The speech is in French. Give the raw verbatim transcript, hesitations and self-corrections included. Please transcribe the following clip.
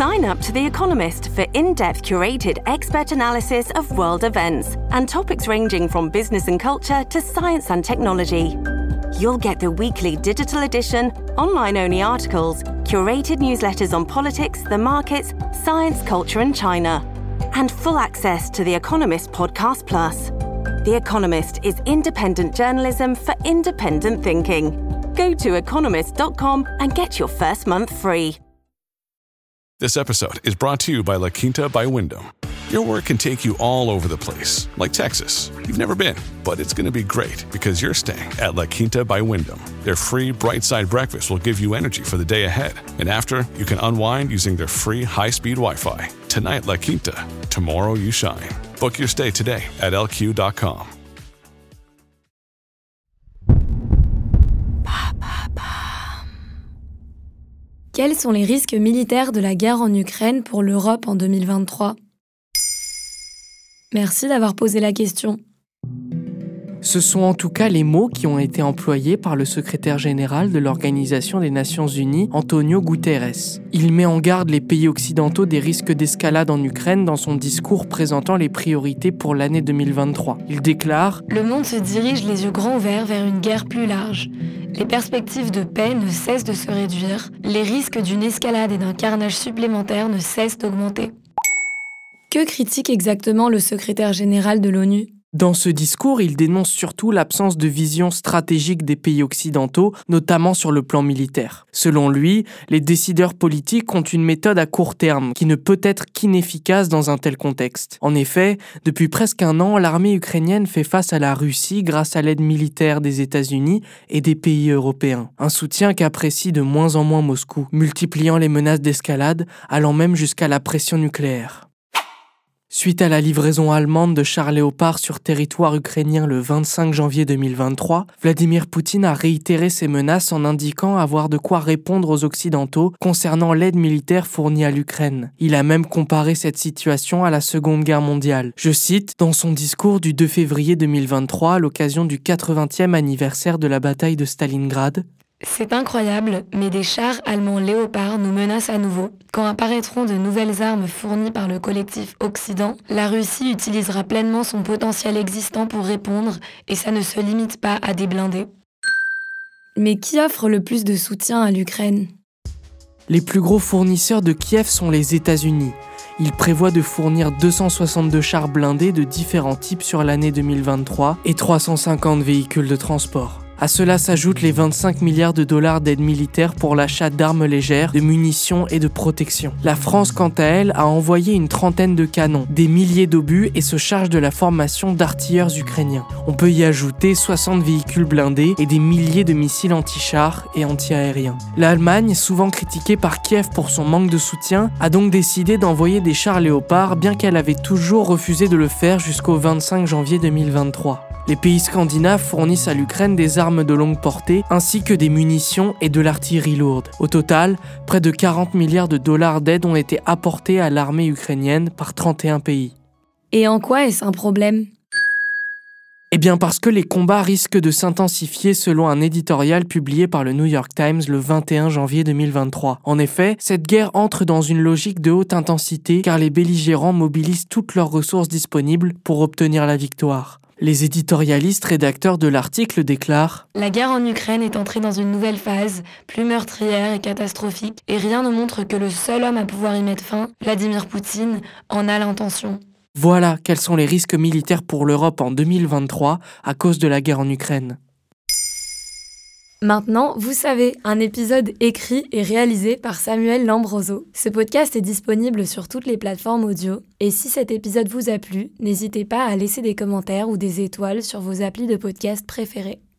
Sign up to The Economist for in-depth curated expert analysis of world events and topics ranging from business and culture to science and technology. You'll get the weekly digital edition, online-only articles, curated newsletters on politics, the markets, science, culture and China, and full access to The Economist Podcast Plus. The Economist is independent journalism for independent thinking. Go to economist dot com and get your first month free. This episode is brought to you by La Quinta by Wyndham. Your work can take you all over the place, like Texas. You've never been, but it's going to be great because you're staying at La Quinta by Wyndham. Their free Bright Side breakfast will give you energy for the day ahead. And after, you can unwind using their free high-speed Wi-Fi. Tonight, La Quinta. Tomorrow, you shine. Book your stay today at L Q dot com. Quels sont les risques militaires de la guerre en Ukraine pour l'Europe en deux mille vingt-trois ? Merci d'avoir posé la question. Ce sont en tout cas les mots qui ont été employés par le secrétaire général de l'Organisation des Nations Unies, Antonio Guterres. Il met en garde les pays occidentaux des risques d'escalade en Ukraine dans son discours présentant les priorités pour l'année deux mille vingt-trois. Il déclare « Le monde se dirige les yeux grands ouverts vers une guerre plus large. Les perspectives de paix ne cessent de se réduire. Les risques d'une escalade et d'un carnage supplémentaire ne cessent d'augmenter. » Que critique exactement le secrétaire général de l'ONU ? Dans ce discours, il dénonce surtout l'absence de vision stratégique des pays occidentaux, notamment sur le plan militaire. Selon lui, les décideurs politiques ont une méthode à court terme qui ne peut être qu'inefficace dans un tel contexte. En effet, depuis presque un an, l'armée ukrainienne fait face à la Russie grâce à l'aide militaire des États-Unis et des pays européens. Un soutien qu'apprécie de moins en moins Moscou, multipliant les menaces d'escalade, allant même jusqu'à la pression nucléaire. Suite à la livraison allemande de chars Léopard sur territoire ukrainien le vingt-cinq janvier deux mille vingt-trois, Vladimir Poutine a réitéré ses menaces en indiquant avoir de quoi répondre aux Occidentaux concernant l'aide militaire fournie à l'Ukraine. Il a même comparé cette situation à la Seconde Guerre mondiale. Je cite, dans son discours du deux février deux mille vingt-trois à l'occasion du quatre-vingtième anniversaire de la bataille de Stalingrad, C'est incroyable, mais des chars allemands Léopard nous menacent à nouveau. Quand apparaîtront de nouvelles armes fournies par le collectif Occident, la Russie utilisera pleinement son potentiel existant pour répondre, et ça ne se limite pas à des blindés. Mais qui offre le plus de soutien à l'Ukraine ? Les plus gros fournisseurs de Kiev sont les États-Unis. Ils prévoient de fournir deux cent soixante-deux chars blindés de différents types sur l'année deux mille vingt-trois et trois cent cinquante véhicules de transport. À cela s'ajoutent les vingt-cinq milliards de dollars d'aide militaire pour l'achat d'armes légères, de munitions et de protection. La France, quant à elle, a envoyé une trentaine de canons, des milliers d'obus et se charge de la formation d'artilleurs ukrainiens. On peut y ajouter soixante véhicules blindés et des milliers de missiles anti-chars et anti-aériens. L'Allemagne, souvent critiquée par Kiev pour son manque de soutien, a donc décidé d'envoyer des chars Léopard, bien qu'elle avait toujours refusé de le faire jusqu'au vingt-cinq janvier deux mille vingt-trois. Les pays scandinaves fournissent à l'Ukraine des armes de longue portée ainsi que des munitions et de l'artillerie lourde. Au total, près de quarante milliards de dollars d'aide ont été apportés à l'armée ukrainienne par trente et un pays. Et en quoi est-ce un problème ? Eh bien parce que les combats risquent de s'intensifier selon un éditorial publié par le New York Times le vingt et un janvier deux mille vingt-trois. En effet, cette guerre entre dans une logique de haute intensité car les belligérants mobilisent toutes leurs ressources disponibles pour obtenir la victoire. Les éditorialistes rédacteurs de l'article déclarent « La guerre en Ukraine est entrée dans une nouvelle phase, plus meurtrière et catastrophique, et rien ne montre que le seul homme à pouvoir y mettre fin, Vladimir Poutine, en a l'intention. » Voilà quels sont les risques militaires pour l'Europe en deux mille vingt-trois à cause de la guerre en Ukraine. Maintenant, vous savez, un épisode écrit et réalisé par Samuel Lambroso. Ce podcast est disponible sur toutes les plateformes audio. Et si cet épisode vous a plu, n'hésitez pas à laisser des commentaires ou des étoiles sur vos applis de podcast préférés.